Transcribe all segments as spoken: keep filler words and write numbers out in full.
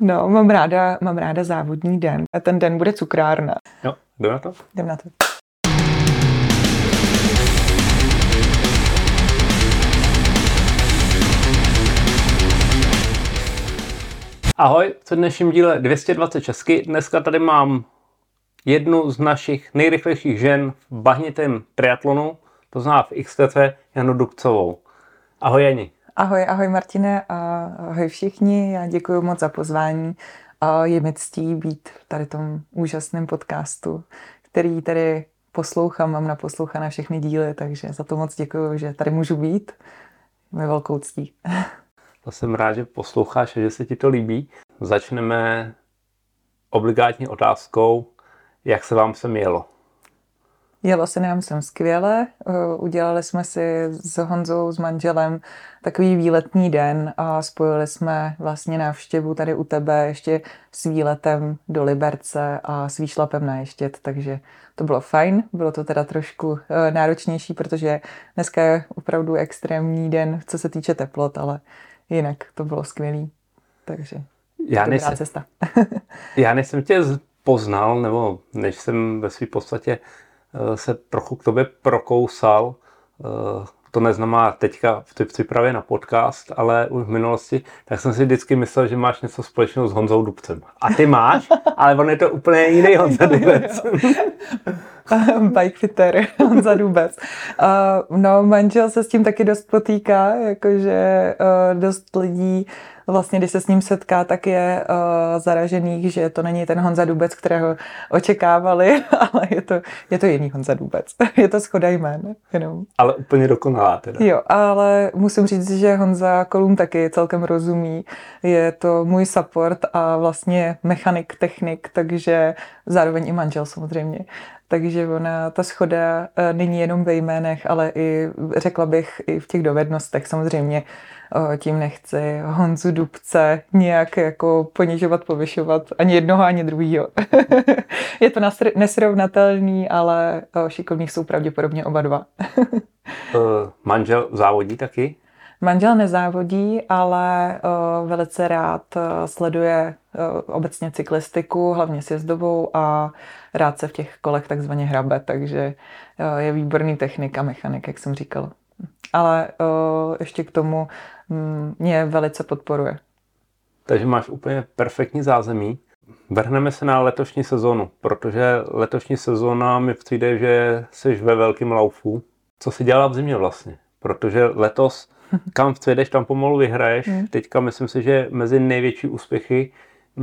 No, mám ráda, mám ráda závodní den. A ten den bude cukrárna. Jo, jdem na to? Jdem na to. Ahoj, v dnešním díle dvě stě dvacet česky. Dneska tady mám jednu z našich nejrychlejších žen v bahnitém triatlonu, to znamená v X T C, Janu Dubcovou. Ahoj Jani. Ahoj, ahoj Martine a ahoj všichni. Já děkuji moc za pozvání a je mi ctí být tady tom úžasném podcastu, který tady poslouchám, mám naposlouchané všechny díly, takže za to moc děkuji, že tady můžu být. Je velkou ctí. To jsem rád, že posloucháš a že se ti to líbí. Začneme obligátní otázkou, jak se vám sem jelo? Jelo se nám sem skvěle. Udělali jsme si s Honzou, s manželem, takový výletní den a spojili jsme vlastně návštěvu tady u tebe ještě s výletem do Liberce a s výšlapem na Ještěd, takže to bylo fajn. Bylo to teda trošku náročnější, protože dneska je opravdu extrémní den, co se týče teplot, ale jinak to bylo skvělý. Takže já dobrá nejsem, cesta. Já než jsem tě poznal, nebo než jsem ve své podstatě se trochu k tobě prokousal, to neznamená teďka v přípravě na podcast, ale už v minulosti, tak jsem si vždycky myslel, že máš něco společného s Honzou Dubcem. A ty máš, ale on je to úplně jiný Honza Dubec. Bikefitter Honza Dubec. Uh, no, manžel se s tím taky dost potýká, jakože uh, dost lidí vlastně, když se s ním setká, tak je uh, zaražených, že to není ten Honza Dubec, kterého očekávali, ale je to, je to jiný Honza Dubec. Je to shoda jmén. Jenom. Ale úplně dokonalá teda. Jo, ale musím říct, že Honza Kolum taky celkem rozumí. Je to můj support a vlastně mechanik, technik, takže zároveň i manžel samozřejmě. Takže ona, ta shoda není jenom ve jménech, ale i, řekla bych, i v těch dovednostech. Samozřejmě tím nechci Honzu Dubce nějak jako ponižovat, povyšovat ani jednoho, ani druhýho. Je to nesrovnatelný, ale šikovní jsou pravděpodobně oba dva. Manžel závodí taky? Manžel nezávodí, ale uh, velice rád uh, sleduje uh, obecně cyklistiku, hlavně sjezdovou a rád se v těch kolech takzvaně hrabe, takže uh, je výborný technik a mechanik, jak jsem říkala. Ale uh, ještě k tomu um, mě velice podporuje. Takže máš úplně perfektní zázemí. Vrhneme se na letošní sezonu, protože letošní sezóna mi přijde, že jsi ve velkém laufu. Co jsi dělala v zimě vlastně? Protože letos kam vjedeš, tam pomalu vyhraješ. Hmm. Teďka myslím si, že mezi největší úspěchy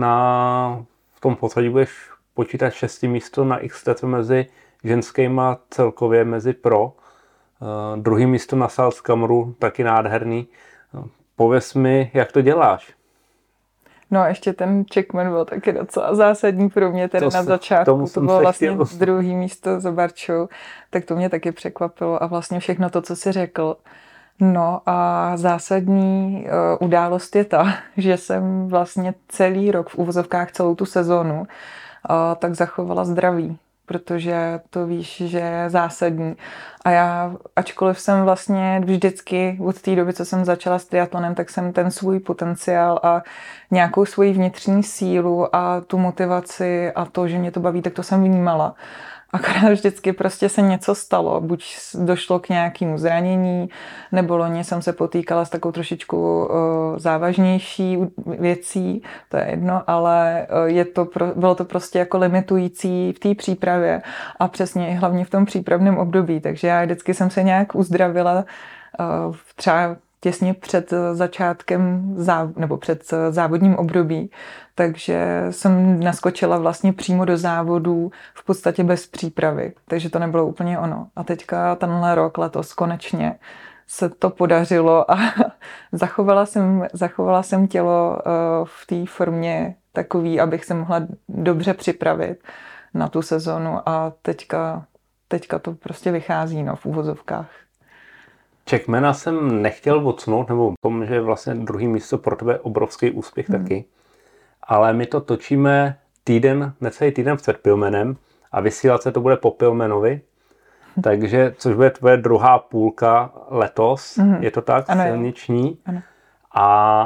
na, v tom pořadí budeš počítat šestý místo na X T C mezi ženskýma celkově mezi pro. Uh, druhý místo na Salzkammeru, taky nádherný. Uh, pověz mi, jak to děláš? No a ještě ten checkman byl taky docela zásadní pro mě tedy to na začátku. To bylo vlastně druhý místo za Barčou, tak to mě taky překvapilo a vlastně všechno to, co jsi řekl. No a zásadní uh, událost je ta, že jsem vlastně celý rok v uvozovkách celou tu sezonu uh, tak zachovala zdraví, protože to víš, že je zásadní. A já, ačkoliv jsem vlastně vždycky od té doby, co jsem začala s triatlonem, tak jsem ten svůj potenciál a nějakou svoji vnitřní sílu a tu motivaci a to, že mě to baví, tak to jsem vnímala. Akorát vždycky prostě se něco stalo, buď došlo k nějakému zranění, nebo loni jsem se potýkala s takovou trošičku uh, závažnější věcí, to je jedno, ale uh, je to pro, bylo to prostě jako limitující v té přípravě a přesně i hlavně v tom přípravném období, takže já vždycky jsem se nějak uzdravila uh, třeba těsně před začátkem záv- nebo před závodním období, takže jsem naskočila vlastně přímo do závodů v podstatě bez přípravy, takže to nebylo úplně ono. A teďka tenhle rok, letos konečně se to podařilo a zachovala jsem, zachovala jsem tělo v té formě takový, abych se mohla dobře připravit na tu sezonu a teďka, teďka to prostě vychází no, v úvozovkách. Checkmana jsem nechtěl odsnout, nebo tom, že je vlastně druhý místo pro tebe obrovský úspěch hmm. taky. Ale my to točíme týden, necelý týden před Pilmenem a vysílat se to bude po Pilmenovi. Takže, což bude tvoje druhá půlka letos, hmm. je to tak, ano, silniční. Ano. A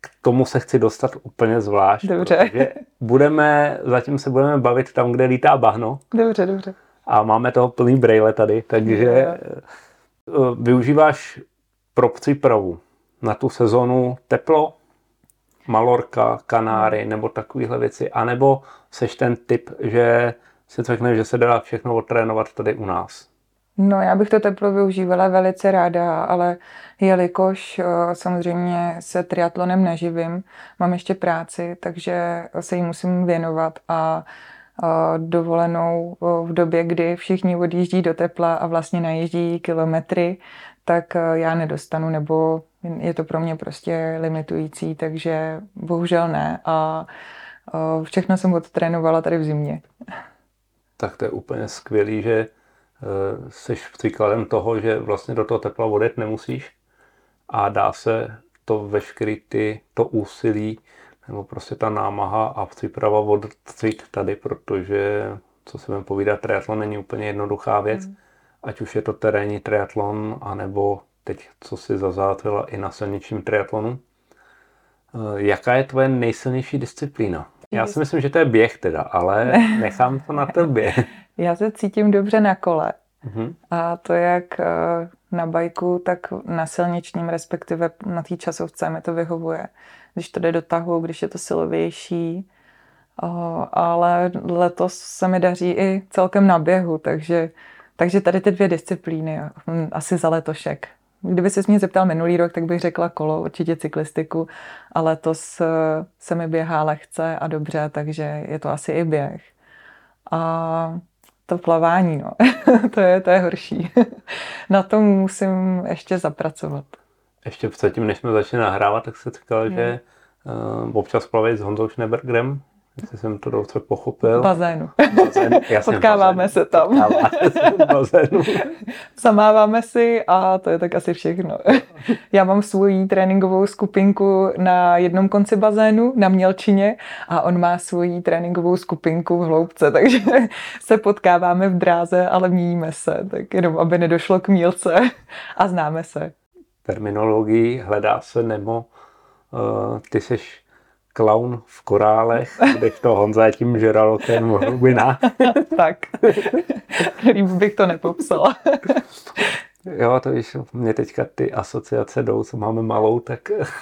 k tomu se chci dostat úplně zvlášť. Dobře. Budeme, zatím se budeme bavit tam, kde lítá bahno. Dobře, dobře. A máme toho plný brejle tady, takže jo. Využíváš pro přípravu na tu sezonu teplo, Malorka, Kanáry hmm. nebo takovéhle věci, anebo seš ten typ, že si řekneš, že se dá všechno odtrénovat tady u nás? No, já bych to teplo využívala velice ráda, ale jelikož samozřejmě se triatlonem neživím, mám ještě práci, takže se jí musím věnovat a dovolenou v době, kdy všichni odjíždí do tepla a vlastně najíždí kilometry, tak já nedostanu, nebo je to pro mě prostě limitující, takže bohužel ne. A všechno jsem odtrénovala tady v zimě. Tak to je úplně skvělý, že jsi příkladem toho, že vlastně do toho tepla odjet nemusíš a dá se to veškerý ty, to úsilí nebo prostě ta námaha a příprava odcít tady, protože, co si budeme povídat, triatlon není úplně jednoduchá věc. Mm. Ať už je to terénní triatlon, anebo teď, co si zazátřila i na silničním triatlonu. Jaká je tvoje nejsilnější disciplína? Já si myslím, že to je běh teda, ale nechám to na tobě. Já se cítím dobře na kole. Mm-hmm. A to jak na bajku, tak na silničním, respektive na té časovce mi to vyhovuje. Když to jde do tahu, když je to silovější. Ale letos se mi daří i celkem na běhu, takže, takže tady ty dvě disciplíny asi za letošek. Kdyby se mě zeptal minulý rok, tak bych řekla kolo, určitě cyklistiku, a letos se mi běhá lehce a dobře, takže je to asi i běh. A to plavání, no, to je, to je horší. Na tom musím ještě zapracovat. Ještě předtím, než jsme začali nahrávat, tak se říkal, hmm. že uh, občas plavět s Honzou Schneebergerem, jestli jsem to dobře pochopil. V bazénu. bazénu. Jasně, Potkáváme bazénu. se tam. Potkáváme se v bazénu. Zamáváme si a to je tak asi všechno. Já mám svoji tréninkovou skupinku na jednom konci bazénu, na Mělčině, a on má svoji tréninkovou skupinku v Hloubce, takže se potkáváme v dráze, ale míjíme se, tak jenom aby nedošlo k mýlce, a známe se. Terminologii hledá se Nemo. Uh, ty seš klaun v korálech, kdežto Honza je tím žralokem v hlubinách. Tak, líp bych to nepopsala. Jo, to víš, mě teďka ty asociace jdou, co máme malou, tak...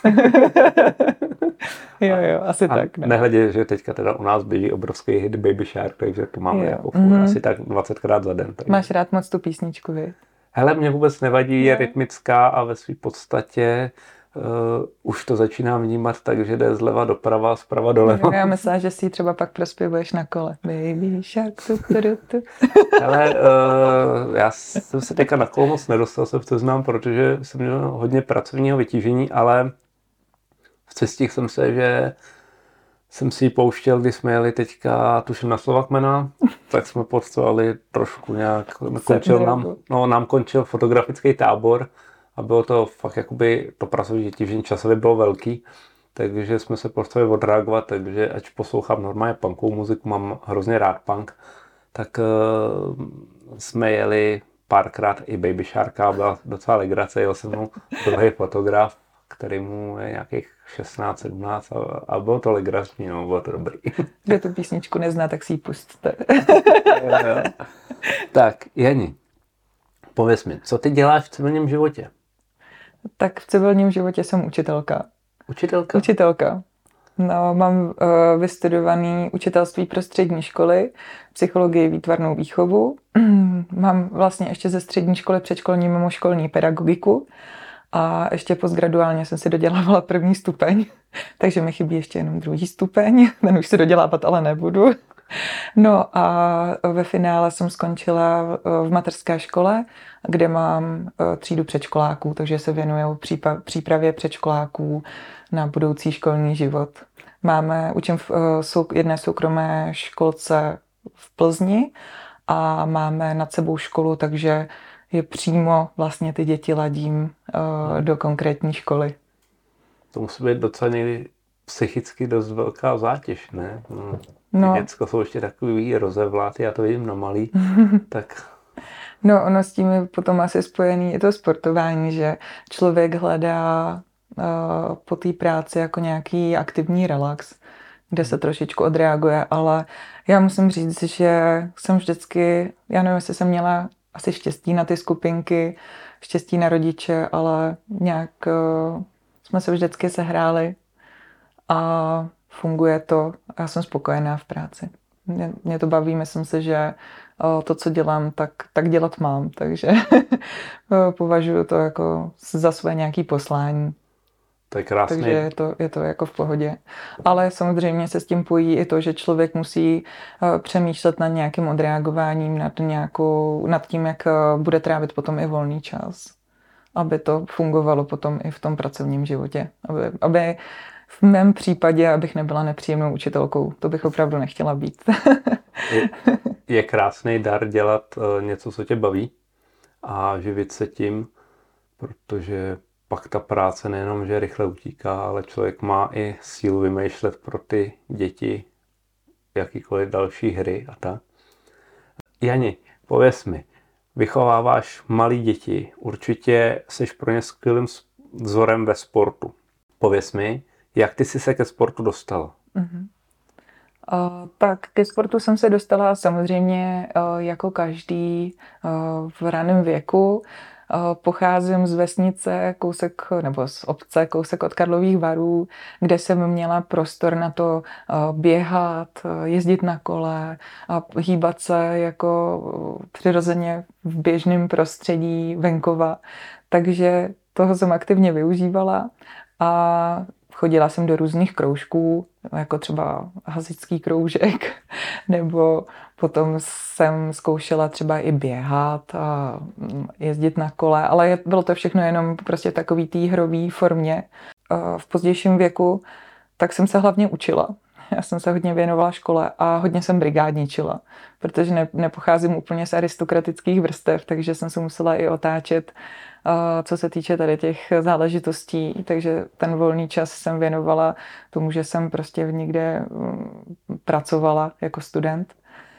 jo, jo, asi a tak. Ne. Nehledě, že teďka teda u nás běží obrovský hit Baby Shark, takže to máme jo. jako furt, mm-hmm. asi tak dvacetkrát za den. Takže... Máš rád moc tu písničku, vy? Hele, mě vůbec nevadí, je rytmická a ve své podstatě uh, už to začínám vnímat tak, že jde zleva doprava, zprava doleva. Já myslím, že si ji třeba pak prospěvuješ na kole. Baby Shark, tu, tu, tu, tu. Hele, uh, já jsem se teďka na kolo moc nedostal, se v to znám, protože jsem měl hodně pracovního vytížení, ale v cestích jsem se, že jsem si ji pouštěl, když jsme jeli teďka, tuším na Slovakmena, tak jsme potřebovali trošku nějak, končil nám, no, nám končil fotografický tábor a bylo to fakt jakoby, to pracovní vytížení časově bylo velký, takže jsme se potřebovali odreagovat, takže ať poslouchám normálně punkovou muziku, mám hrozně rád punk, tak uh, jsme jeli párkrát i Baby Sharka, byla docela legrace, jel se mnou druhý fotograf, který mu je nějakých šestnáct sedmnáct a, a bylo to legrační, no, bylo to dobrý. Kdo tu písničku nezná, tak si ji pusťte. Tak, Jani, pověz mi, co ty děláš v civilním životě? Tak v civilním životě jsem učitelka. Učitelka? Učitelka. No, mám uh, vystudovaný učitelství pro střední školy, psychologii, výtvarnou výchovu. Mám vlastně ještě ze střední školy předškolní mimoškolní pedagogiku. A ještě postgraduálně jsem si dodělávala první stupeň, takže mi chybí ještě jenom druhý stupeň, ten už si dodělávat ale nebudu. No a ve finále jsem skončila v mateřské škole, kde mám třídu předškoláků, takže se věnuju přípravě předškoláků na budoucí školní život. Máme, učím v jedné soukromé školce v Plzni a máme nad sebou školu, takže je přímo vlastně ty děti ladím uh, do konkrétní školy. To musí být docela někdy psychicky dost velká zátěž, ne? No, no. Děcko jsou ještě takový rozevláty, já to vidím na malý, tak... No, ono s tím je potom asi spojený, je to sportování, že člověk hledá po té práci jako nějaký aktivní relax, kde se trošičku odreaguje, ale já musím říct, že jsem vždycky, já nevím, jestli jsem měla asi štěstí na ty skupinky, štěstí na rodiče, ale nějak uh, jsme se vždycky sehráli a funguje to a já jsem spokojená v práci. Mě, mě to baví, myslím si, že uh, to, co dělám, tak, tak dělat mám, takže považuji to jako za své nějaké poslání. To je krásný. Takže je to, je to jako v pohodě. Ale samozřejmě se s tím pojí i to, že člověk musí uh, přemýšlet nad nějakým odreagováním, nad, nějakou, nad tím, jak uh, bude trávit potom i volný čas. Aby to fungovalo potom i v tom pracovním životě. Aby, aby v mém případě, abych nebyla nepříjemnou učitelkou. To bych opravdu nechtěla být. je, je krásný dar dělat uh, něco, co tě baví a živit se tím, protože pak ta práce nejenom, že rychle utíká, ale člověk má i sílu vymýšlet pro ty děti jakýkoliv další hry a tak. Jani, pověz mi, vychováváš malé děti, určitě jsi pro ně skvělým vzorem ve sportu. Pověz mi, jak ty jsi se ke sportu dostala? Mm-hmm. Uh, tak ke sportu jsem se dostala samozřejmě uh, jako každý uh, v raném věku. Pocházím z vesnice, kousek, nebo z obce, kousek od Karlových Varů, kde jsem měla prostor na to běhat, jezdit na kole a hýbat se jako přirozeně v běžném prostředí venkova. Takže toho jsem aktivně využívala a chodila jsem do různých kroužků, jako třeba hasičský kroužek, nebo potom jsem zkoušela třeba i běhat a jezdit na kole, ale bylo to všechno jenom prostě v takový té hrové formě. V pozdějším věku tak jsem se hlavně učila. Já jsem se hodně věnovala škole a hodně jsem brigádničila, protože ne, nepocházím úplně z aristokratických vrstev, takže jsem se musela i otáčet, co se týče tady těch záležitostí, takže ten volný čas jsem věnovala tomu, že jsem prostě někde pracovala jako student.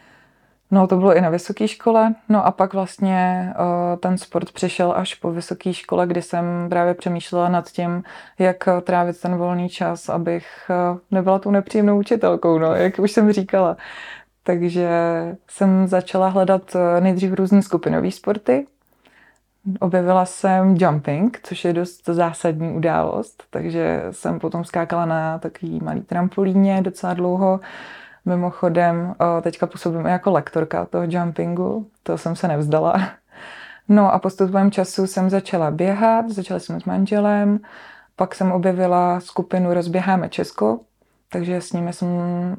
No, to bylo i na vysoké škole. No a pak vlastně uh, ten sport přišel až po vysoké škole, kdy jsem právě přemýšlela nad tím, jak trávit ten volný čas, abych uh, nebyla tou nepříjemnou učitelkou, no, jak už jsem říkala. Takže jsem začala hledat nejdřív různý skupinové sporty. Objevila jsem jumping, což je dost zásadní událost, takže jsem potom skákala na takový malý trampolíně docela dlouho. Mimochodem, teďka působím jako lektorka toho jumpingu, to jsem se nevzdala. No a postupem času jsem začala běhat, začala jsem s manželem, pak jsem objevila skupinu Rozběháme Česko, takže s nimi jsem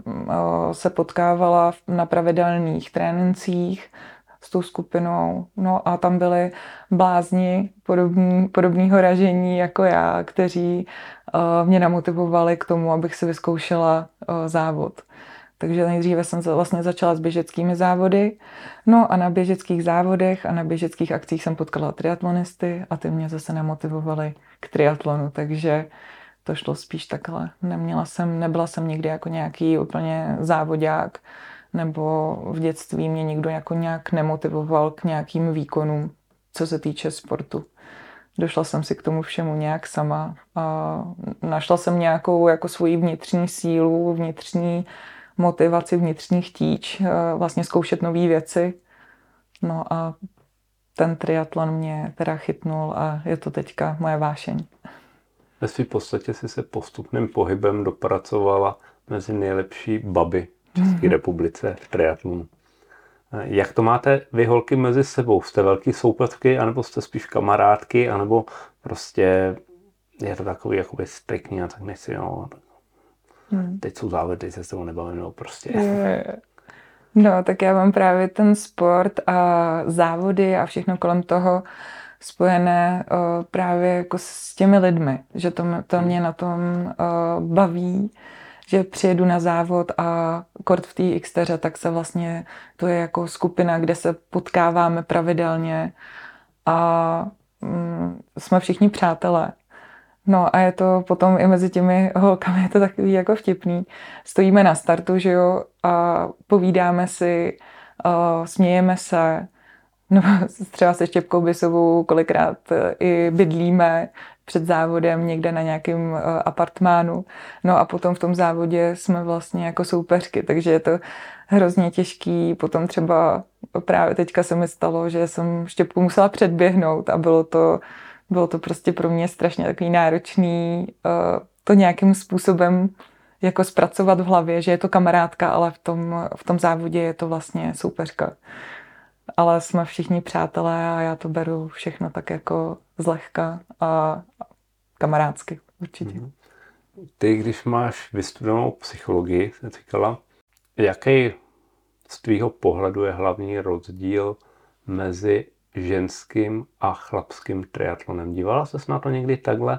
se potkávala na pravidelných trénincích s tou skupinou. No a tam byli blázni podobný, podobného ražení jako já, kteří mě namotivovali k tomu, abych si vyzkoušela závod. Takže nejdříve jsem vlastně začala s běžeckými závody. No a na běžeckých závodech a na běžeckých akcích jsem potkala triatlonisty a ty mě zase namotivovali k triatlonu, takže to šlo spíš takhle. Neměla jsem, nebyla jsem nikdy jako nějaký úplně závodák, nebo v dětství mě nikdo jako nějak nemotivoval k nějakým výkonům, co se týče sportu. Došla jsem si k tomu všemu nějak sama a našla jsem nějakou jako svoji vnitřní sílu, vnitřní motivaci, vnitřní chtíč, vlastně zkoušet nové věci. No a ten triatlon mě teda chytnul a je to teďka moje vášeň. Ve své podstatě si se postupným pohybem dopracovala mezi nejlepší baby v České republice v triatlonu. Jak to máte vy holky mezi sebou? Jste velký soupeřky, anebo jste spíš kamarádky, anebo prostě je to takový jakoby striktní a tak nechci, no, Hmm. teď jsou závody, se s tebou nebavím, no prostě. Je. No, tak já mám právě ten sport a závody a všechno kolem toho spojené o, právě jako s těmi lidmi, že to, to mě na tom o, baví, že přijedu na závod a kort v té Xteře, tak se vlastně, to je jako skupina, kde se potkáváme pravidelně a mm, jsme všichni přátelé. No a je to potom i mezi těmi holkami, je to takový jako vtipný. Stojíme na startu, že jo, a povídáme si, uh, smějeme se, nebo třeba se Štěpkou Bisovou kolikrát i bydlíme, před závodem někde na nějakém uh, apartmánu. No a potom v tom závodě jsme vlastně jako soupeřky, takže je to hrozně těžký. Potom třeba právě teďka se mi stalo, že jsem Štěpku musela předběhnout a bylo to, bylo to prostě pro mě strašně takový náročný uh, to nějakým způsobem jako zpracovat v hlavě, že je to kamarádka, ale v tom, v tom závodě je to vlastně soupeřka. Ale jsme všichni přátelé a já to beru všechno tak jako zlehka a kamarádsky určitě. Ty, když máš vystudovanou psychologii, jsi říkala, jaký z tvýho pohledu je hlavní rozdíl mezi ženským a chlapským triatlonem? Dívala ses na to někdy takhle?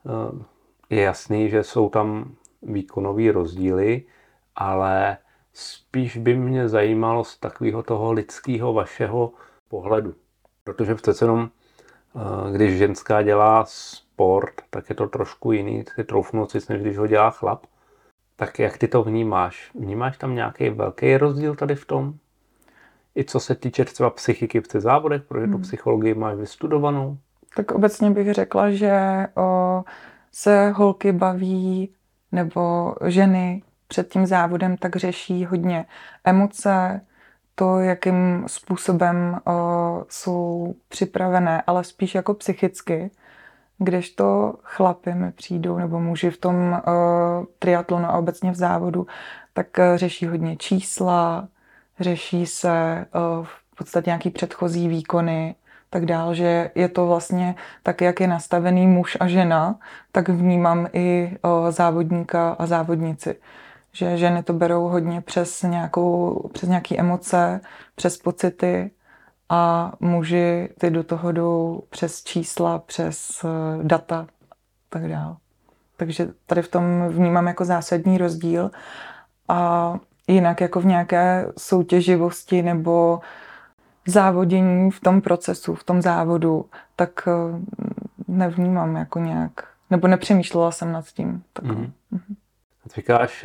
Je jasný, že jsou tam výkonové rozdíly, ale spíš by mě zajímalo z takového toho lidského vašeho pohledu. Protože přece jenom, když ženská dělá sport, tak je to trošku jiný, ty troufnu si, než když ho dělá chlap. Tak jak ty to vnímáš? Vnímáš tam nějaký velký rozdíl tady v tom? I co se týče třeba psychiky v těch závodech, protože tu psychologii máš vystudovanou? Tak obecně bych řekla, že o, se holky baví, nebo ženy před tím závodem tak řeší hodně emoce, to, jakým způsobem o, jsou připravené, ale spíš jako psychicky. Kdežto chlapy mi přijdou, nebo muži v tom uh, triatlonu a obecně v závodu, tak uh, řeší hodně čísla, řeší se uh, v podstatě nějaký předchozí výkony, tak dál, že je to vlastně tak, jak je nastavený muž a žena, tak vnímám i uh, závodníka a závodnici. Že ženy to berou hodně přes, nějakou, přes nějaké emoce, přes pocity, a muži ty do toho jdou přes čísla, přes data, tak dále. Takže tady v tom vnímám jako zásadní rozdíl. A jinak jako v nějaké soutěživosti nebo závodění v tom procesu, v tom závodu, tak nevnímám jako nějak, nebo nepřemýšlela jsem nad tím. Tak. Mm-hmm. Říkáš,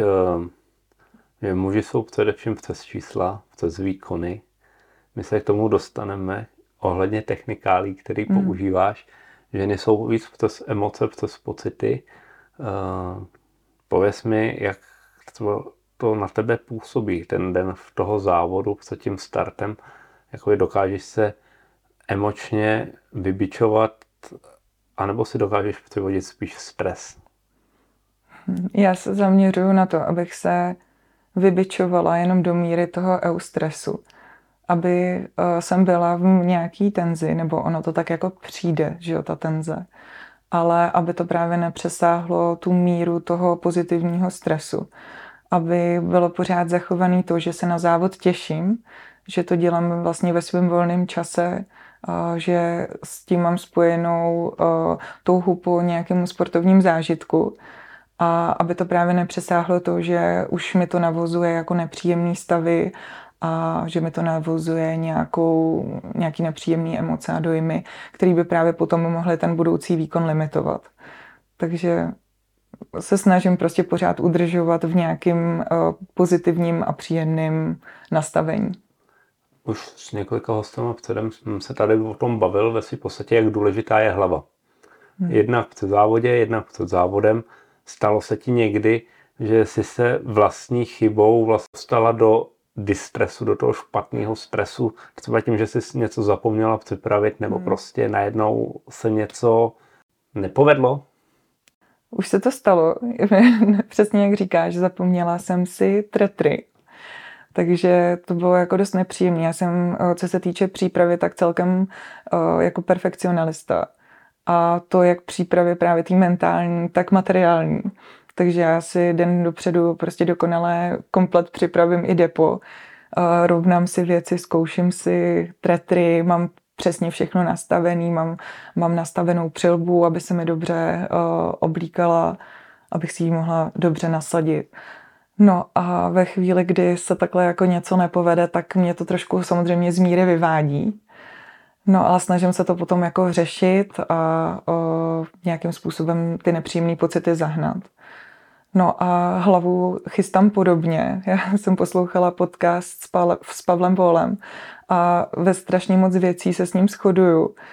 že muži jsou především přes čísla, přes výkony. My se k tomu dostaneme ohledně technikálí, který mm. používáš. Ženy jsou víc přes emoce, přes pocity. Uh, pověz mi, jak to, to na tebe působí ten den v toho závodu před tím startem. Jakoby dokážeš se emočně vybičovat, anebo si dokážeš přivodit spíš stres? Já se zaměřuju na to, abych se vybičovala jenom do míry toho eustresu. Aby uh, jsem byla v nějaký tenzi, nebo ono to tak jako přijde, že jo, ta tenze, ale aby to právě nepřesáhlo tu míru toho pozitivního stresu. Aby bylo pořád zachovaný to, že se na závod těším, že to dělám vlastně ve svém volném čase, uh, že s tím mám spojenou uh, touhu po nějakému sportovním zážitku. A aby to právě nepřesáhlo to, že už mi to navozuje jako nepříjemný stavy, a že mi to navozuje nějakou, nějaký nepříjemný emoce a dojmy, který by právě potom mohly ten budoucí výkon limitovat. Takže se snažím prostě pořád udržovat v nějakým uh, pozitivním a příjemným nastavení. Už s několika hostama předem jsem se tady o tom bavil ve své podstatě, jak důležitá je hlava. Hmm. Jednak před závodě, jednak před závodem. Stalo se ti někdy, že jsi se vlastní chybou vlastně dostala do distresu, do toho špatného stresu, třeba tím, že jsi něco zapomněla připravit, nebo hmm. prostě najednou se něco nepovedlo? Už se to stalo. Přesně jak říkáš, zapomněla jsem si tretry. Takže to bylo jako dost nepříjemné. Já jsem, co se týče přípravy, tak celkem jako perfekcionalista. A to jak přípravy právě tý mentální, tak materiální. Takže já si den dopředu prostě dokonale komplet připravím i depo. Rovnám si věci, zkouším si tretry, mám přesně všechno nastavený, mám, mám nastavenou přilbu, aby se mi dobře uh, oblíkala, abych si ji mohla dobře nasadit. No a ve chvíli, kdy se takhle jako něco nepovede, tak mě to trošku samozřejmě z míry vyvádí. No ale snažím se to potom jako řešit a uh, nějakým způsobem ty nepříjemné pocity zahnat. No a hlavu chystám podobně. Já jsem poslouchala podcast s, Pal- s Pavlem Volem a ve strašně moc věcí se s ním shoduju.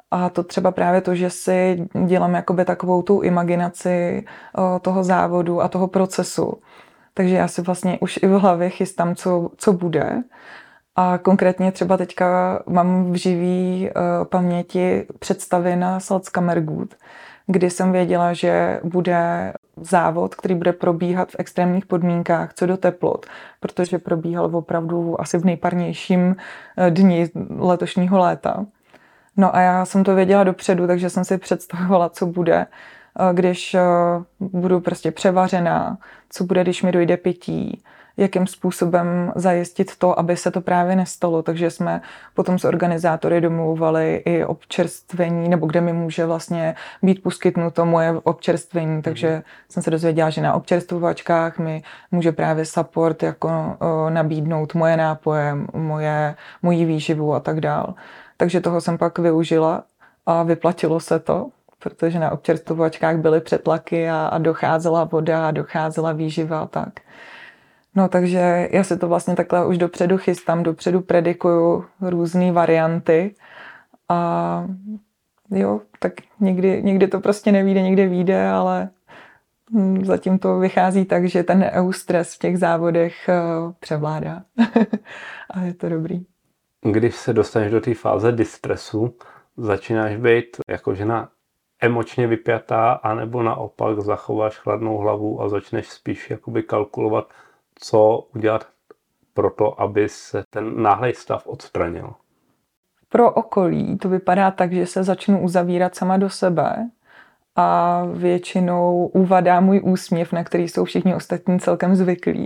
A to třeba právě to, že si dělám jakoby takovou tu imaginaci toho závodu a toho procesu. Takže já si vlastně už i v hlavě chystám, co, co bude. A konkrétně třeba teďka mám v živý uh, paměti představy na Salzkammergut, kdy jsem věděla, že bude závod, který bude probíhat v extrémních podmínkách co do teplot, protože probíhal opravdu asi v nejparnějším dni letošního léta. No a já jsem to věděla dopředu, takže jsem si představovala, co bude, když budu prostě převařená, co bude, když mi dojde pití, jakým způsobem zajistit to, aby se to právě nestalo. Takže jsme potom s organizátory domlouvali i občerstvení, nebo kde mi může vlastně být poskytnuto moje občerstvení. Takže mm. jsem se dozvěděla, že na občerstvovačkách mi může právě support jako o, nabídnout moje nápoje, moje, moji výživu a tak dál. Takže toho jsem pak využila a vyplatilo se to, protože na občerstvovačkách byly přetlaky a, a docházela voda a docházela výživa a tak. No takže já si to vlastně takhle už dopředu chystám, dopředu predikuju různé varianty a jo, tak někdy, někdy to prostě nevyjde, někdy vyjde, ale zatím to vychází tak, že ten eustres v těch závodech převládá a je to dobrý. Když se dostaneš do té fáze distresu, začínáš být jako žena emočně vypjatá, anebo naopak zachováš chladnou hlavu a začneš spíš jakoby kalkulovat, co udělat pro to, aby se ten náhlej stav odstranil? Pro okolí to vypadá tak, že se začnu uzavírat sama do sebe a většinou uvadá můj úsměv, na který jsou všichni ostatní celkem zvyklí.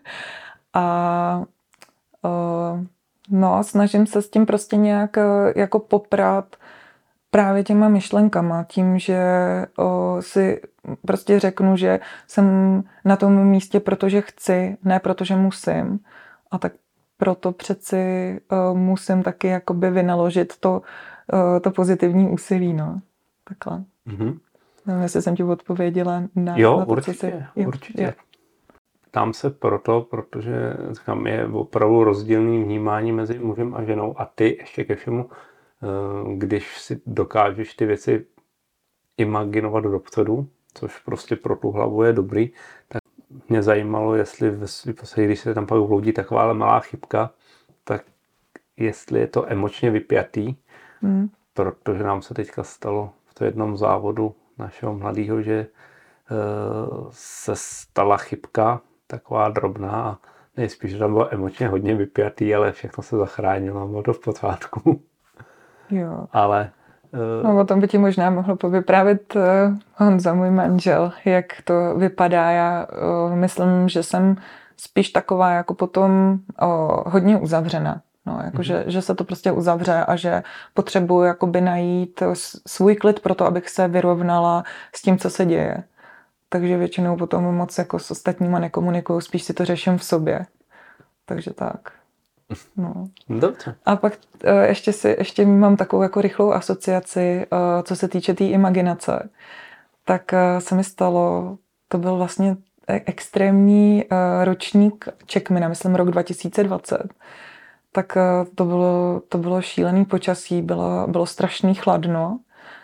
a uh, no, snažím se s tím prostě nějak jako poprat právě těma myšlenkama, tím, že o, si prostě řeknu, že jsem na tom místě, protože chci, ne protože musím. A tak proto přeci o, musím taky jakoby vynaložit to, o, to pozitivní úsilí, no. Takhle. Mm-hmm. Nevím, jestli jsem ti odpověděla na, jo, na to, určitě, co si... Jo, určitě. Jo. Tam se proto, protože říkám, je opravdu rozdílný vnímání mezi mužem a ženou a ty ještě ke všemu, když si dokážeš ty věci imaginovat dopředu, což prostě pro tu hlavu je dobrý, tak mě zajímalo, jestli když se tam pak vloudí taková malá chybka, tak jestli je to emočně vypjatý, hmm. protože nám se teďka stalo v tom jednom závodu našeho mladého, že uh, se stala chybka, taková drobná a nejspíš, že tam bylo emočně hodně vypjatý, ale všechno se zachránilo a bylo to v pořádku. Jo. Ale... Uh... No o tom by ti možná mohlo povyprávět uh, Honza, můj manžel, jak to vypadá. Já uh, myslím, že jsem spíš taková jako potom uh, hodně uzavřená. No, jako mm-hmm. že, že se to prostě uzavře a že potřebuji jakoby najít svůj klid pro to, abych se vyrovnala s tím, co se děje. Takže většinou potom moc jako s ostatníma nekomunikuju, spíš si to řeším v sobě. Takže tak. No. Dobře. A pak uh, ještě, si, ještě mám takovou jako rychlou asociaci, uh, co se týče té tý imaginace. Tak uh, se mi stalo, to byl vlastně extrémní uh, ročník Czechmina, myslím rok dva tisíce dvacet. Tak uh, to bylo, to bylo šílený počasí, bylo, bylo strašný chladno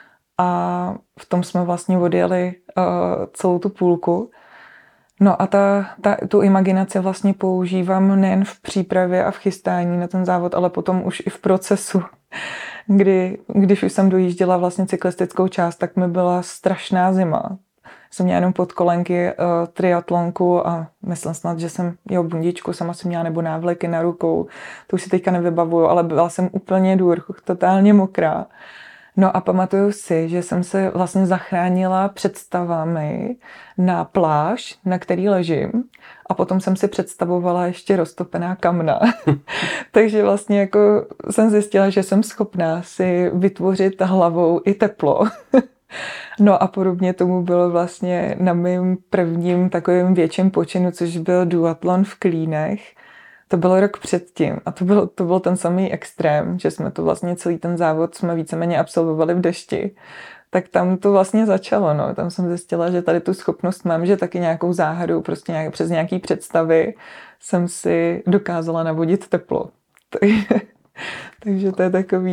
a v tom jsme vlastně odjeli uh, celou tu půlku. No a ta, ta, tu imaginaci vlastně používám nejen v přípravě a v chystání na ten závod, ale potom už i v procesu, kdy, když už jsem dojížděla vlastně cyklistickou část, tak mi byla strašná zima. Jsem měla jenom podkolenky, uh, triatlonku a myslím snad, že jsem, jo, bundičku jsem asi měla nebo návleky na rukou, to už si teďka nevybavuju, ale byla jsem úplně důr, totálně mokrá. No a pamatuju si, že jsem se vlastně zachránila představami na pláž, na který ležím a potom jsem si představovala ještě roztopená kamna. Takže vlastně jako jsem zjistila, že jsem schopná si vytvořit hlavou i teplo. No a podobně tomu bylo vlastně na mém prvním takovým větším počinu, což byl duatlon v Klínech. To bylo rok předtím a to byl, to byl ten samý extrém, že jsme to vlastně celý ten závod jsme víceméně absolvovali v dešti. Tak tam to vlastně začalo, no. Tam jsem zjistila, že tady tu schopnost mám, že taky nějakou záhadu, prostě nějak, přes nějaký představy jsem si dokázala navodit teplo. Takže to je takový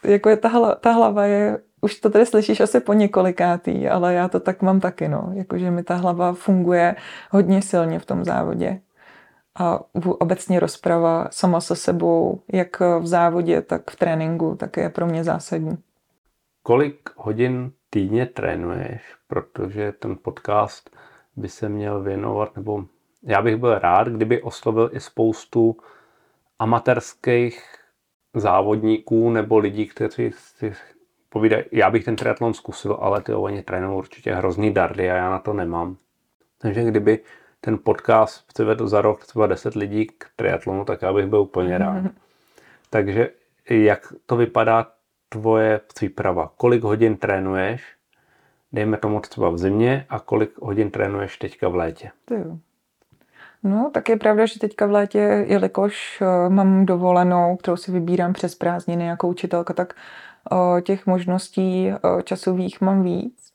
jako je ta, hla, ta hlava je, už to tady slyšíš asi po několikátý, ale já to tak mám taky, no. Jakože mi ta hlava funguje hodně silně v tom závodě. A obecně rozprava sama se sebou, jak v závodě, tak v tréninku, tak je pro mě zásadní. Kolik hodin týdně trénuješ? Protože ten podcast by se měl věnovat, nebo já bych byl rád, kdyby oslovil i spoustu amatérských závodníků nebo lidí, kteří si povídají, já bych ten triatlon zkusil, ale ty oni trénují určitě hrozný dardy a já na to nemám. Takže kdyby ten podcast přivedl za rok třeba deset lidí k triatlonu, tak já bych byl úplně rád. Mm-hmm. Takže jak to vypadá tvoje příprava? Kolik hodin trénuješ? Dejme tomu třeba v zimě a kolik hodin trénuješ teďka v létě? Jo. No, tak je pravda, že teďka v létě, jelikož mám dovolenou, kterou si vybírám přes prázdniny jako učitelka, tak těch možností časových mám víc.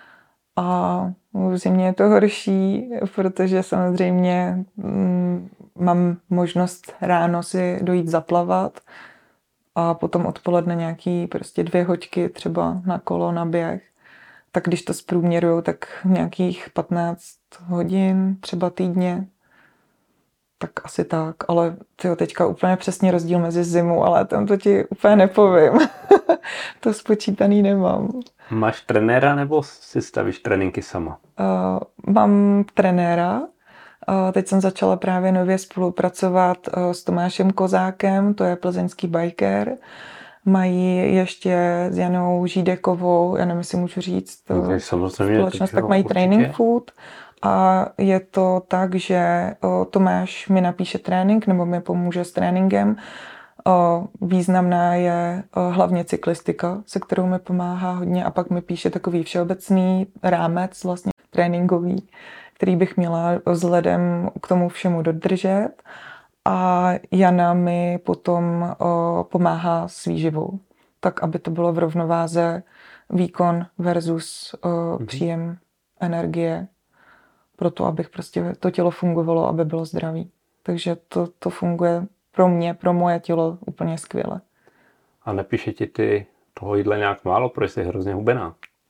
A v zimě je to horší, protože samozřejmě mm, mám možnost ráno si dojít zaplavat a potom odpoledne nějaký prostě dvě hoďky třeba na kolo, na běh. Tak když to zprůměruju, tak nějakých patnáct hodin třeba týdně. Tak asi tak, ale tyjo, teďka úplně přesně rozdíl mezi zimou, ale tam to ti úplně nepovím. To spočítaný nemám. Máš trenéra nebo si stavíš tréninky sama? Uh, mám trenéra. Uh, teď jsem začala právě nově spolupracovat uh, s Tomášem Kozákem, to je plzeňský biker. Mají ještě s Janou Žídekovou, já nevím, jestli můžu říct, to no, samozřejmě, společnost, tak mají určitě. Training Food. A je to tak, že o, Tomáš mi napíše trénink nebo mi pomůže s tréninkem. O, významná je o, hlavně cyklistika, se kterou mi pomáhá hodně a pak mi píše takový všeobecný rámec vlastně tréninkový, který bych měla vzhledem k tomu všemu dodržet. A Jana mi potom o, pomáhá s výživou, tak aby to bylo v rovnováze výkon versus o, mm-hmm. příjem energie. Proto, abych prostě to tělo fungovalo, aby bylo zdravý. Takže to, to funguje pro mě, pro moje tělo úplně skvěle. A nepíše ti ty toho jídla nějak málo, protože jsi hrozně hubená?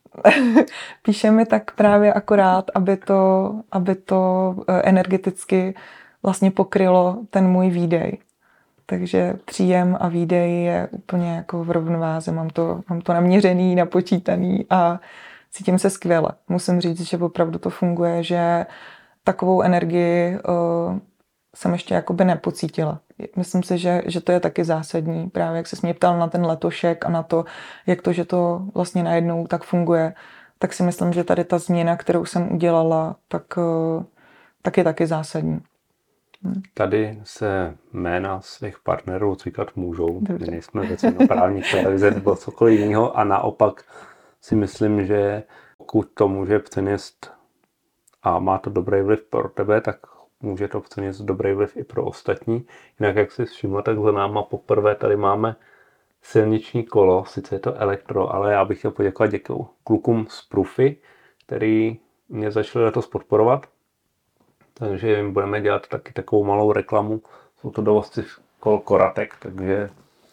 Píše mi tak právě akorát, aby to, aby to energeticky vlastně pokrylo ten můj výdej. Takže příjem a výdej je úplně jako v rovnováze. Mám to, mám to naměřený, napočítaný a cítím se skvěle. Musím říct, že opravdu to funguje, že takovou energii uh, jsem ještě jakoby nepocítila. Myslím si, že, že to je taky zásadní. Právě jak se mě ptal na ten letošek a na to, jak to, že to vlastně najednou tak funguje, tak si myslím, že tady ta změna, kterou jsem udělala, tak, uh, tak je taky zásadní. Hm. Tady se jména svých partnerů říkat můžou. My nejsme veřejnoprávní televize nebo cokoliv jiného a naopak si myslím, že pokud to může přinést a má to dobrý vliv pro tebe, tak může to přinést dobrý vliv i pro ostatní. Jinak, jak si všiml, tak za náma poprvé tady máme silniční kolo, sice je to elektro, ale já bych chtěl poděkovat děkuju klukům z Prufy, který mě začali letos podporovat. Takže jim budeme dělat taky takovou malou reklamu. Jsou to dovozci kol Koratek, takže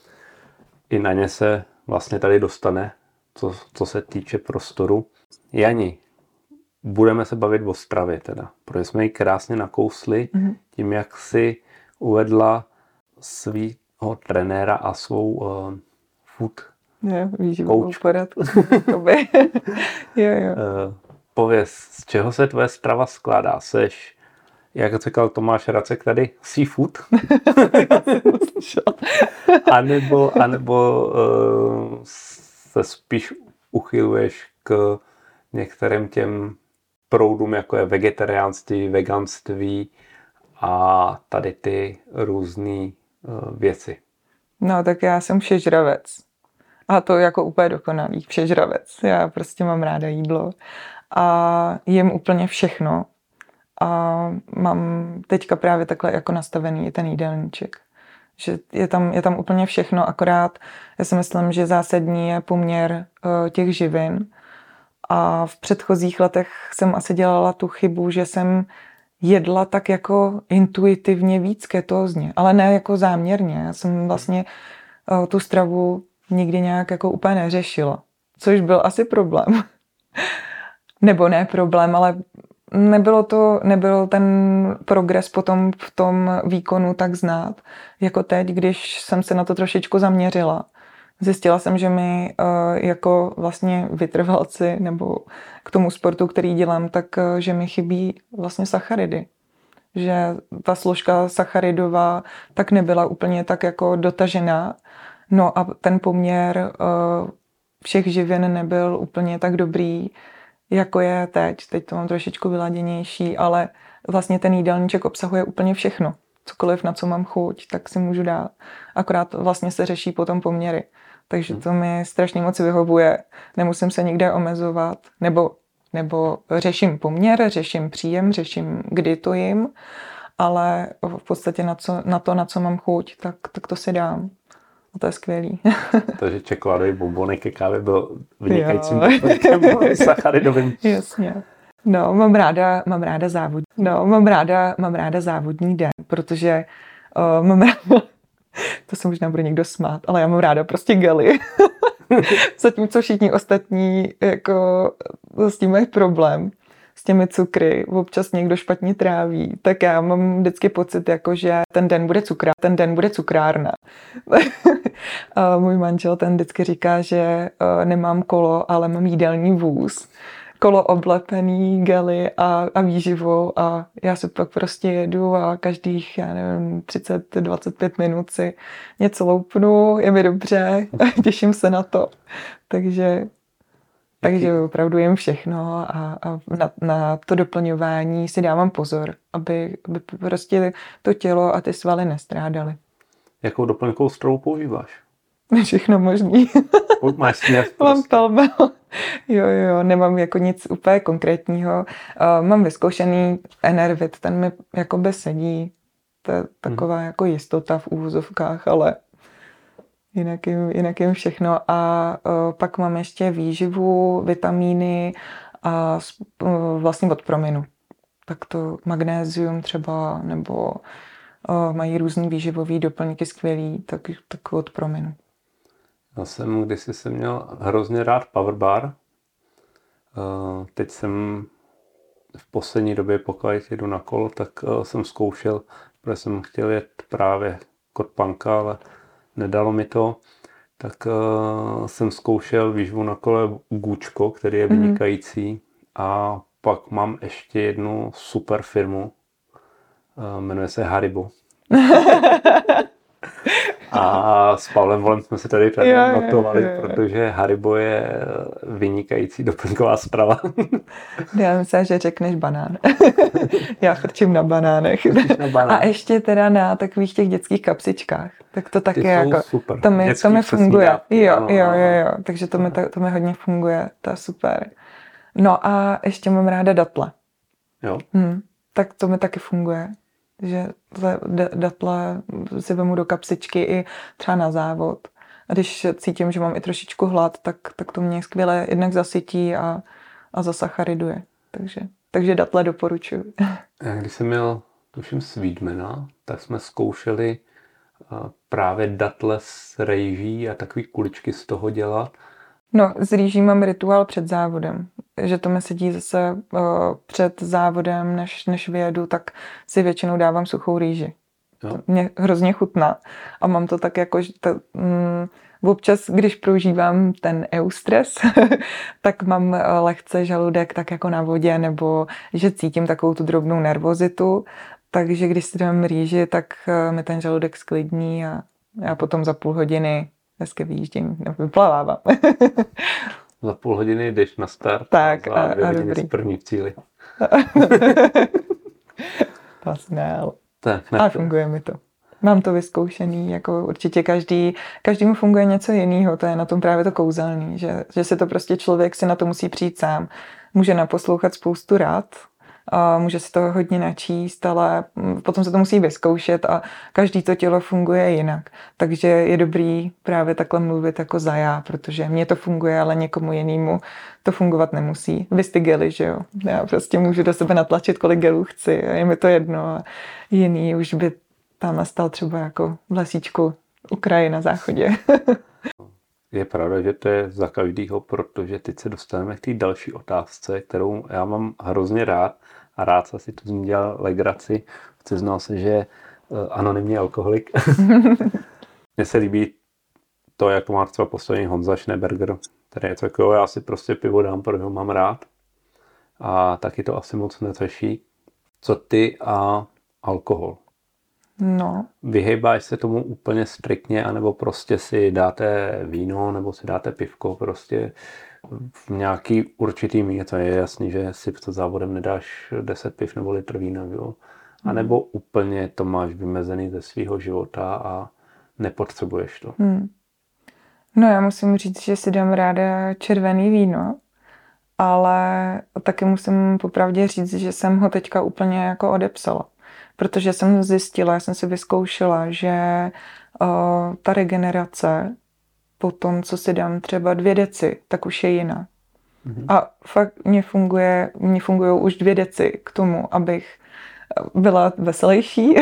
i na ně se vlastně tady dostane, co, co se týče prostoru. Jani, budeme se bavit o stravě teda, protože jsme ji krásně nakousli mm-hmm. tím, jak si uvedla svýho trenéra a svou uh, food jo, výživovou poradku. jo, jo. Uh, pověz, z čeho se tvoje strava skládá? Seš, jak říkal Tomáš Racek tady, seafood? a nebo, a nebo uh, se spíš uchyluješ k některým těm proudům, jako je vegetariánství, veganství a tady ty různé uh, věci. No, tak já jsem všežravec. A to jako úplně dokonalý všežravec. Já prostě mám ráda jídlo a jím úplně všechno. A mám teďka právě takhle jako nastavený ten jídelníček. Že je tam, je tam úplně všechno, akorát já si myslím, že zásadní je poměr uh, těch živin. A v předchozích letech jsem asi dělala tu chybu, že jsem jedla tak jako intuitivně víc ketózně, ale ne jako záměrně. Já jsem vlastně uh, tu stravu nikdy nějak jako úplně neřešila. Což byl asi problém. Nebo ne problém, ale nebylo to, nebyl ten progres potom v tom výkonu tak znát, jako teď, když jsem se na to trošičku zaměřila. Zjistila jsem, že mi jako vlastně vytrvalci nebo k tomu sportu, který dělám, tak že mi chybí vlastně sacharidy. Že ta složka sacharidová tak nebyla úplně tak jako dotažená. No a ten poměr všech živin nebyl úplně tak dobrý, jako je teď. Teď to mám trošičku vyladěnější, ale vlastně ten jídelníček obsahuje úplně všechno. Cokoliv, na co mám chuť, tak si můžu dát. Akorát vlastně se řeší potom poměry. Takže to mi strašně moc vyhovuje. Nemusím se nikde omezovat. Nebo, nebo řeším poměr, řeším příjem, řeším, kdy to jim, ale v podstatě na, co, na to, na co mám chuť, tak, tak to si dám. A to je skvělý. Takže čokoládový bonbony ke kávě byl vynikajícím sacharidovým. Jasně. No, mám ráda, mám ráda závodní. No, mám ráda, mám ráda závodní den, protože uh, mám ráda, to se možná bude někdo smát, ale já mám ráda prostě gely. Zatímco všichni ostatní jako s tím mají problém, s těmi cukry, občas někdo špatně tráví, tak já mám vždycky pocit, jako, že ten den bude cukrá, ten den bude cukrárna. A můj manžel ten vždycky říká, že nemám kolo, ale mám jídelní vůz. Kolo oblepený, gely a, a výživou a já se pak prostě jedu a každých, já nevím, třicet dvacet pět minut si něco loupnu, je mi dobře, těším se na to. Takže, takže opravdu jim všechno a, a na, na to doplňování si dávám pozor, aby, aby prostě to tělo a ty svaly nestrádaly. Jakou doplňkovou stravu používáš? Všechno možný. Máš směs prostě. Mám talmel. Jo, jo, nemám jako nic úplně konkrétního. Uh, mám vyzkoušený Enervit, ten mi jakoby sedí. To je taková hmm. jako jistota v úvozovkách, ale jinak jim, jinak jim všechno. A uh, pak mám ještě výživu, vitamíny a uh, vlastně od Prominu. Tak to magnézium třeba, nebo uh, mají různý výživový doplňky skvělý, tak, tak od Prominu. Já jsem kdysi jsem měl hrozně rád Powerbar. Teď jsem v poslední době, pokud jedu na kolo, tak jsem zkoušel, protože jsem chtěl jet právě Kotpanka, ale nedalo mi to. Tak jsem zkoušel výživu na kole Gučko, který je vynikající. A pak mám ještě jednu super firmu, jmenuje se Haribo. A s Pavlem Volem jsme se tady notovali, protože Haribo je vynikající doplňková strava. Já myslím, že řekneš banán. Já frčím na banánech. Na banán. A ještě teda na takových těch dětských kapsičkách. Tak to taky jako, super. to mi, to mi funguje. Jo, jo, jo, jo. Takže to mi, to, to mi hodně funguje. To je super. No a ještě mám ráda datle. Jo. Hmm. Tak to mi taky funguje. Že datle si vemu do kapsičky i třeba na závod. A když cítím, že mám i trošičku hlad, tak, tak to mě skvěle jednak zasytí a, a zasachariduje. Takže, takže datle doporučuji. Já když jsem měl, tuším, Sweetmana, tak jsme zkoušeli právě datle s rejží a takový kuličky z toho dělat. No, s rýží mám rituál před závodem. Že to mi sedí zase uh, před závodem, než, než vyjedu, tak si většinou dávám suchou rýži. To mě hrozně chutná. A mám to tak jako, že to, mm, občas, když prožívám ten eustres, tak mám lehce žaludek tak jako na vodě, nebo že cítím takovou tu drobnou nervozitu. Takže když si dám rýži, tak uh, mi ten žaludek sklidní a já potom za půl hodiny hezky vyjíždím, nebo vyplavávám. Za půl hodiny jdeš na start tak, a za dvě hodiny jsi první v cíli. Vlastně ne, ale, ale funguje mi to. Mám to vyzkoušený, jako určitě každý, každému funguje něco jiného, to je na tom právě to kouzelný, že, že si to prostě člověk si na to musí přijít sám. Může naposlouchat spoustu rád, a může si to hodně načíst, ale potom se to musí vyzkoušet a každý to tělo funguje jinak. Takže je dobrý právě takhle mluvit jako za já, protože mně to funguje, ale někomu jinému to fungovat nemusí. Vy jste gely, že jo? Já prostě můžu do sebe natlačit, kolik gelů chci a je mi to jedno. A jiný už by tam nastal třeba jako v lesíčku u kraje na záchodě. Je pravda, že to je za každýho, protože teď se dostaneme k té další otázce, kterou já mám hrozně rád a rád se si tu z ní dělal legraci. Přiznal se, že anonymní alkoholik. Mně se líbí to, jak má třeba postavený Honza Schneeberger, který je takový, já si prostě pivo dám, protože ho mám rád. A taky to asi moc neřeší. Co ty a alkohol? No. Vyhejbáš se tomu úplně striktně, anebo prostě si dáte víno, nebo si dáte pivko, prostě v nějaký určitý míře. To je jasný, že si před závodem nedáš deset piv nebo litr vína, jo? A nebo hmm. úplně to máš vymezený ze svého života a nepotřebuješ to. Hmm. No já musím říct, že si dám ráda červený víno, ale taky musím popravdě říct, že jsem ho teďka úplně jako odepsala. Protože jsem zjistila, já jsem si vyzkoušela, že uh, ta regenerace po tom, co si dám třeba dvě deci, tak už je jiná. Mm-hmm. A fakt mě funguje, mě fungují už dvě deci k tomu, abych byla veselější.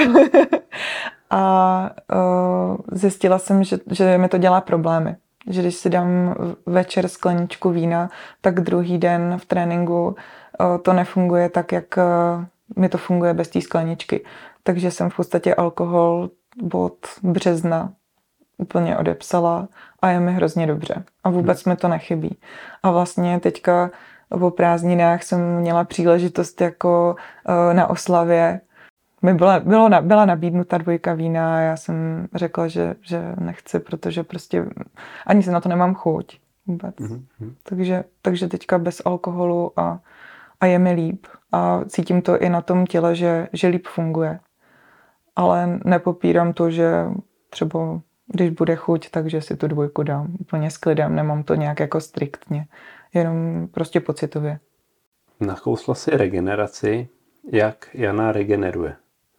A uh, zjistila jsem, že, že mi to dělá problémy. Že když si dám večer skleničku vína, tak druhý den v tréninku uh, to nefunguje tak, jak uh, mi to funguje bez té skleničky. Takže jsem v podstatě alkohol od března úplně odepsala a je mi hrozně dobře. A vůbec hmm. mi to nechybí. A vlastně teďka po prázdninách jsem měla příležitost jako uh, na oslavě. Mi byla, bylo, byla nabídnuta dvojka vína a já jsem řekla, že, že nechci, protože prostě ani se na to nemám chuť vůbec. Hmm. Takže, takže teďka bez alkoholu a, a je mi líp. A cítím to i na tom těle, že, že líp funguje. Ale nepopírám to, že třeba když bude chuť, takže si tu dvojku dám úplně s klidem, nemám to nějak jako striktně, jenom prostě pocitově. Nakousla si regeneraci, jak Jana regeneruje?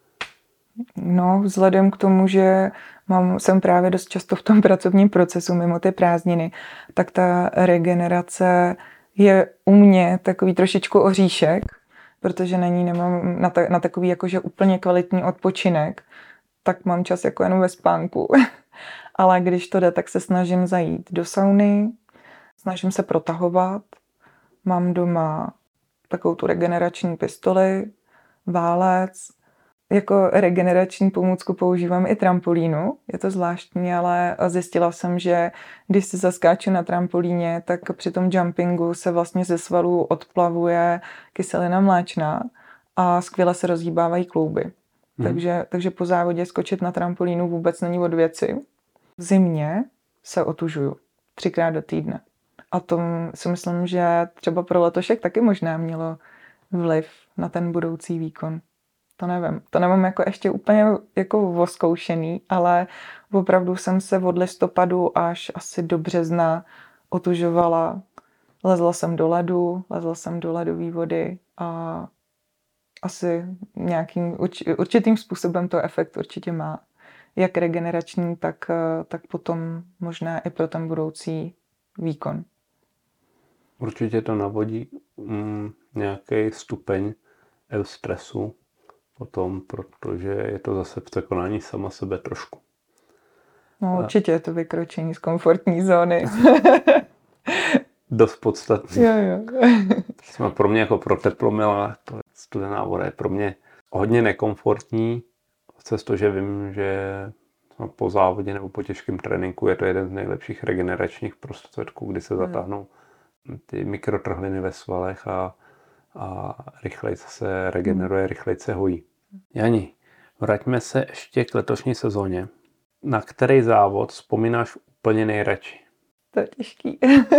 No, vzhledem k tomu, že mám, jsem právě dost často v tom pracovním procesu mimo ty prázdniny, tak ta regenerace je u mě takový trošičku oříšek, protože na ní nemám na, ta, na takový jakože úplně kvalitní odpočinek, tak mám čas jako jenom ve spánku. Ale když to jde, tak se snažím zajít do sauny, snažím se protahovat. Mám doma takovou tu regenerační pistoli, válec. Jako regenerační pomůcku používám i trampolínu. Je to zvláštní, ale zjistila jsem, že když se zaskáču na trampolíně, tak při tom jumpingu se vlastně ze svalů odplavuje kyselina mléčná a skvěle se rozhýbávají klouby. Hmm. Takže, takže po závodě skočit na trampolínu vůbec není od věci. V zimě se otužuju třikrát do týdne. A to si myslím, že třeba pro letošek taky možná mělo vliv na ten budoucí výkon. To nevím. To nemám jako ještě úplně jako voskoušený, ale opravdu jsem se od listopadu až asi do března otužovala. Lezla jsem do ledu, lezla jsem do ledové vody a asi nějakým určitým způsobem to efekt určitě má. Jak regenerační, tak, tak potom možná i pro ten budoucí výkon. Určitě to navodí mm, nějaký stupeň stresu potom, protože je to zase překonání sama sebe trošku. No určitě je to vykročení z komfortní zóny. Dost podstatný. Jo, jo. Pro mě jako pro teplomila, to je studená voda, je pro mě hodně nekomfortní, přestože vím, že po závodě nebo po těžkém tréninku je to jeden z nejlepších regeneračních prostředků, kdy se zatáhnou ty mikrotrhliny ve svalech a, a rychleji se regeneruje, rychleji se hojí. Jani, vraťme se ještě k letošní sezóně. Na který závod vzpomínáš úplně nejradši? To je těžký.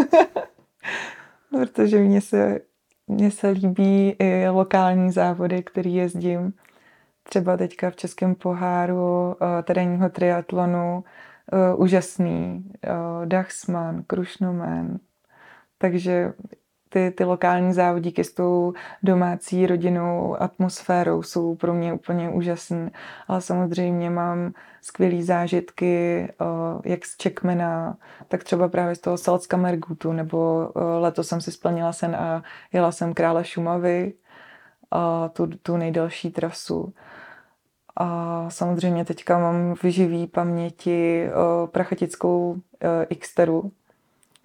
Protože mně se, mně se líbí i lokální závody, který jezdím. Třeba teďka v Českém poháru terénního triatlonu. Úžasný. Dachsman, Krušnomen. Takže ty, ty lokální závodíky s tou domácí rodinnou atmosférou jsou pro mě úplně úžasný. Ale samozřejmě mám skvělý zážitky, jak z Czechmana, tak třeba právě z toho Salzkammergutu, nebo letos jsem si splnila sen a jela jsem Krále Šumavy, tu, tu nejdelší trasu. A samozřejmě teďka mám v živý paměti Prachatickou Xteru,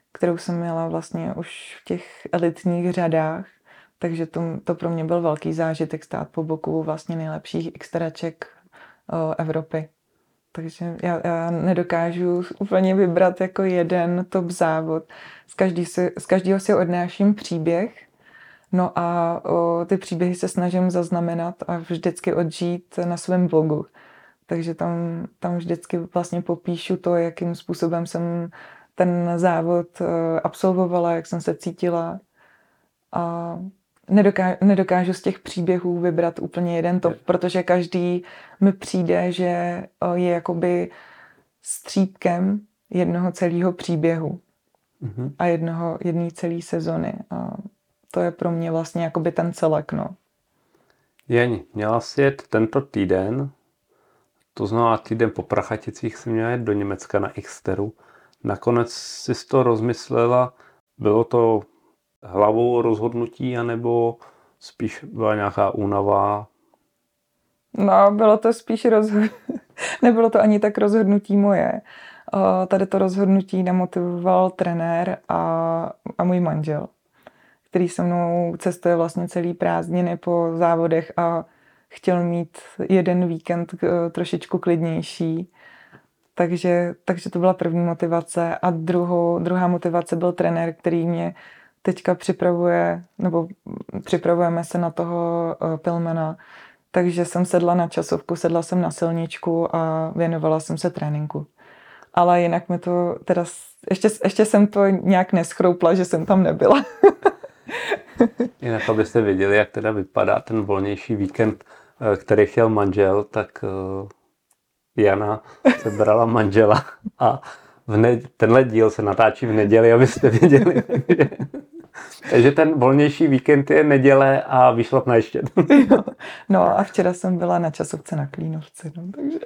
kterou jsem měla vlastně už v těch elitních řadách, takže to, to pro mě byl velký zážitek stát po boku vlastně nejlepších xteraček uh, Evropy. Takže já, já nedokážu úplně vybrat jako jeden top závod. Z, každý si, z každého si odnáším příběh, no a o, ty příběhy se snažím zaznamenat a vždycky odžít na svém blogu. Takže tam, tam vždycky vlastně popíšu to, jakým způsobem jsem ten závod absolvovala, jak jsem se cítila. A nedokážu, nedokážu z těch příběhů vybrat úplně jeden top, protože každý mi přijde, že je jakoby střípkem jednoho celého příběhu mm-hmm. a jednoho, jedné celé sezony. A to je pro mě vlastně jakoby ten celek, no. Jani, měla jsi jet tento týden, to znamená týden po Prachaticích si měla jet do Německa na Xteru. Nakonec jsi to rozmyslela, bylo to hlavou rozhodnutí, anebo spíš byla nějaká únava? No, bylo to spíš rozhodnutí. Nebylo to ani tak rozhodnutí moje. Tady to rozhodnutí namotivoval trenér a, a můj manžel, který se mnou cestuje vlastně celý prázdniny po závodech a chtěl mít jeden víkend trošičku klidnější. Takže, takže to byla první motivace a druhou, druhá motivace byl trenér, který mě teďka připravuje, nebo připravujeme se na toho Pillmana, takže jsem sedla na časovku, sedla jsem na silničku a věnovala jsem se tréninku. Ale jinak mi to teda, ještě, ještě jsem to nějak neschroupla, že jsem tam nebyla. Jinak, abyste věděli, jak teda vypadá ten volnější víkend, který chtěl manžel, tak Jana se brala manžela a v ne- tenhle díl se natáčí v neděli, abyste věděli. Takže ten volnější víkend je neděle a vyšlap na ještě. No a včera jsem byla na časovce na Klínovce, no, takže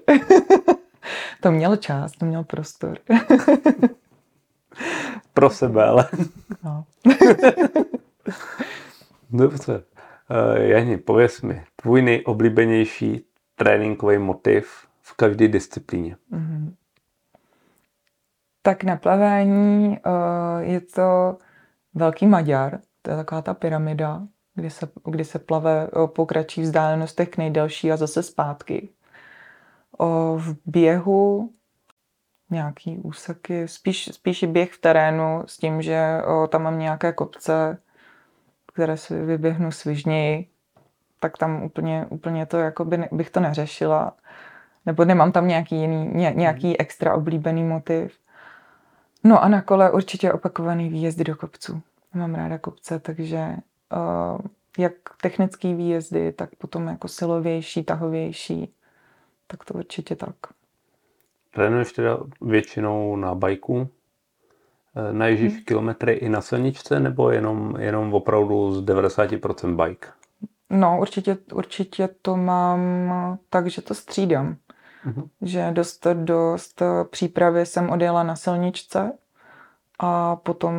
to měl čas, to měl prostor. Pro sebe, ale. No. Dobře. Uh, Jani, pověz mi, tvůj nejoblíbenější tréninkový motiv v každé disciplíně. Mm-hmm. Tak na plavání uh, je to Velký Maďar, to je taková ta pyramida, kdy se, kdy se plave uh, po kratších vzdálenostech k nejdelší a zase zpátky. Uh, v běhu nějaký úseky, spíš, spíš běh v terénu s tím, že uh, tam mám nějaké kopce, které si vyběhnu svižněji, tak tam úplně, úplně to jakoby bych to neřešila. Nebo nemám tam nějaký jiný, ně, nějaký extra oblíbený motiv. No a na kole určitě opakovaný výjezdy do kopců. Mám ráda kopce, takže uh, jak technický výjezdy, tak potom jako silovější, tahovější. Tak to určitě tak. Trénuješ teda většinou na bajku? Naježíš hmm. kilometry i na silničce, nebo jenom, jenom opravdu z devadesát procent bike? No, určitě, určitě to mám tak, že to střídám. Mm-hmm. Že dost, dost přípravy jsem odjela na silničce a potom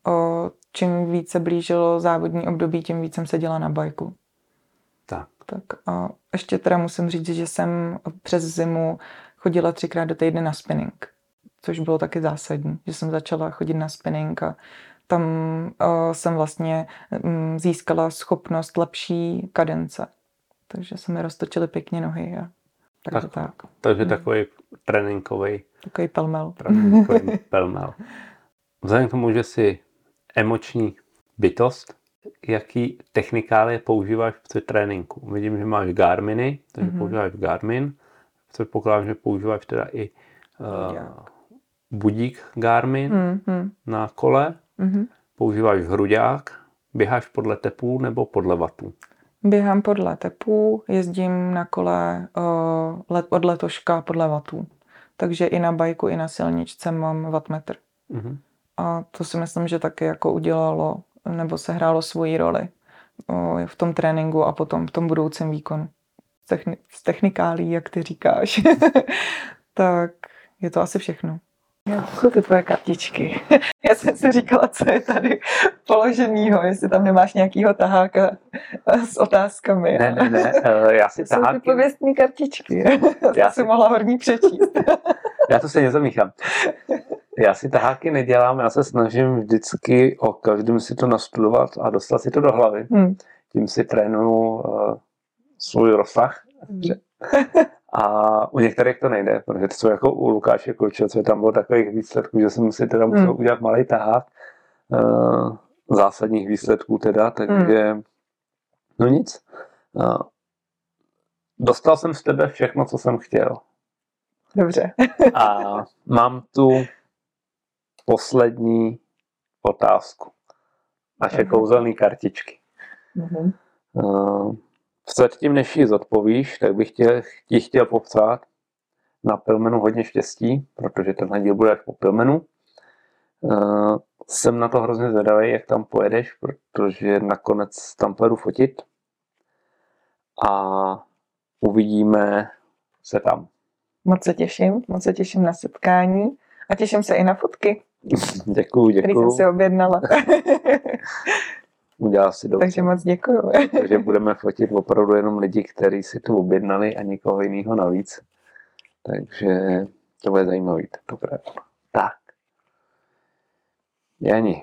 čím více blížilo závodní období, tím víc jsem seděla na bajku. Tak. Tak a ještě teda musím říct, že jsem přes zimu chodila třikrát do týdne na spinning, což bylo taky zásadní, že jsem začala chodit na spinning a tam uh, jsem vlastně um, získala schopnost lepší kadence. Takže se mi roztočily pěkně nohy a tak, tak, tak. Takže hmm. takový tréninkový takový pelmel. Tréninkový pelmel. Vzhledem k tomu, že jsi emoční bytost, jaký technikálie používáš v tréninku? Vidím, že máš Garminy, takže mm-hmm. používáš Garmin. Předpokládám, že používáš teda i uh, budík Garmin mm-hmm. na kole. Mm-hmm. Používáš hruďák, běháš podle tepů nebo podle vatů? Běhám podle tepů, jezdím na kole uh, let, od letoška podle vatů. Takže i na bajku, i na silničce mám wattmetr. Mm-hmm. A to si myslím, že taky jako udělalo, nebo se hrálo svoji roli uh, v tom tréninku a potom v tom budoucím výkonu. Z, techni- z technikálí, jak ty říkáš. Tak je to asi všechno. Jsou ty tvoje kartičky. Já jsem si říkala, co je tady položenýho, jestli tam nemáš nějakýho taháka s otázkami. Ne, ne, ne, já si taháky... Jsou ty pověstní kartičky. Já, já si mohla horní přečíst. Já to se nezamíchám. Já si taháky nedělám, já se snažím vždycky o každém si to nastudovat a dostat si to do hlavy. Hmm. Tím si trénuju uh, svůj rozsah. Hmm. A u některých to nejde, protože to jsou jako u Lukáše Kluče, co tam bylo takových výsledků, že jsem si teda musel hmm. udělat malý tahák uh, zásadních výsledků teda, takže hmm. no nic. Uh, dostal jsem z tebe všechno, co jsem chtěl. Dobře. A mám tu poslední otázku. Naše uh-huh. kouzelné kartičky. Uh-huh. Uh, Předtím, než ji zodpovíš, tak bych tě, ti chtěl popřát na Pilmenu hodně štěstí, protože tenhle díl bude až po Pilmenu. Uh, jsem na to hrozně zvědavý, jak tam pojedeš, protože nakonec tam pojedu fotit. A uvidíme se tam. Moc se těším, moc se těším na setkání a těším se i na fotky. Děkuju, děkuju. Který jsem si objednala. Udělal si dobře. Takže moc děkuju. Takže budeme fotit opravdu jenom lidi, kteří si to objednali a nikoho jiného navíc. Takže to bude zajímavý. Dobré. Tak. Jani.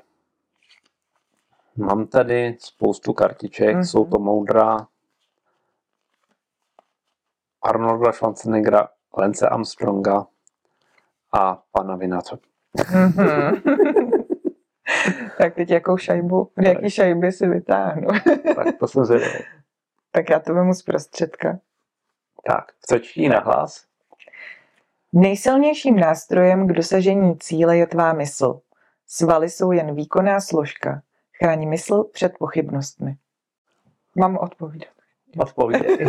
Mám tady spoustu kartiček, mm-hmm. jsou to moudra Arnolda Schwarzeneggera, Lance Armstronga a pana Vinaře. Mm-hmm. Tak teď jakou šajbu, jaký šajby si vytáhnu. Tak to jsem zvědavý. Tak já to vemu z prostředka. Tak, přečti nahlas. Nejsilnějším nástrojem k dosažení cíle je tvá mysl. Svaly jsou jen výkonná složka. Chrání mysl před pochybnostmi. Mám odpovídat. Odpovídej.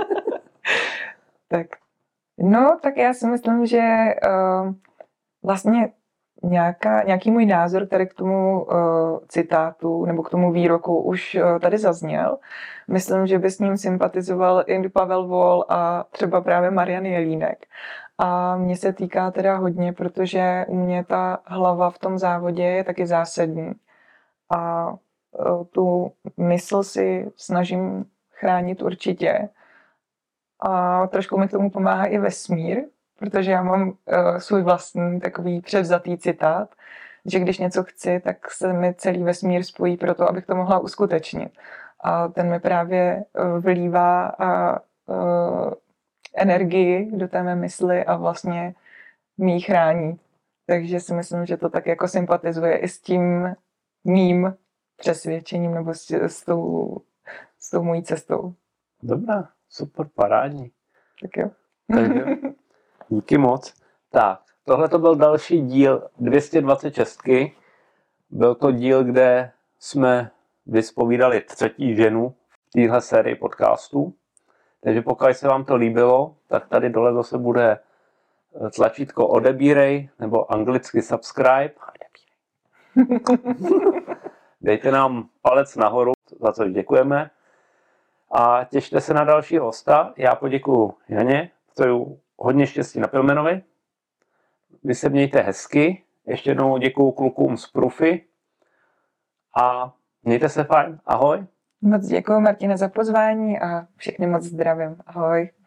Tak. No, tak já si myslím, že uh, vlastně Nějaká, nějaký můj názor tady k tomu uh, citátu nebo k tomu výroku už uh, tady zazněl. Myslím, že by s ním sympatizoval i Pavel Vol a třeba právě Marian Jelínek. A mně se týká teda hodně, protože u mě ta hlava v tom závodě je taky zásadní. A uh, tu mysl si snažím chránit určitě. A trošku mi k tomu pomáhá i vesmír, protože já mám uh, svůj vlastní takový převzatý citát, že když něco chci, tak se mi celý vesmír spojí pro to, abych to mohla uskutečnit. A ten mi právě uh, vlívá a, uh, energii do té mé mysli a vlastně mi ji chrání. Takže si myslím, že to tak jako sympatizuje i s tím mým přesvědčením nebo s, s, tou, s tou mojí cestou. Dobrá, super, parádní. Tak jo. Takže díky moc. Tak, tohle to byl další díl dvě stě dvacet šest. Byl to díl, kde jsme vyspovídali třetí ženu v téhle sérii podcastů. Takže pokud se vám to líbilo, tak tady dole zase bude tlačítko odebírej, nebo anglicky subscribe. Dejte nám palec nahoru, za což děkujeme. A těšte se na další hosta. Já poděkuju Janě, přeju hodně štěstí na Pilmenovi. Vy se mějte hezky. Ještě jednou děkuju klukům z Prufy. A mějte se fajn. Ahoj. Moc děkuju, Martine, za pozvání a všechny moc zdravím. Ahoj.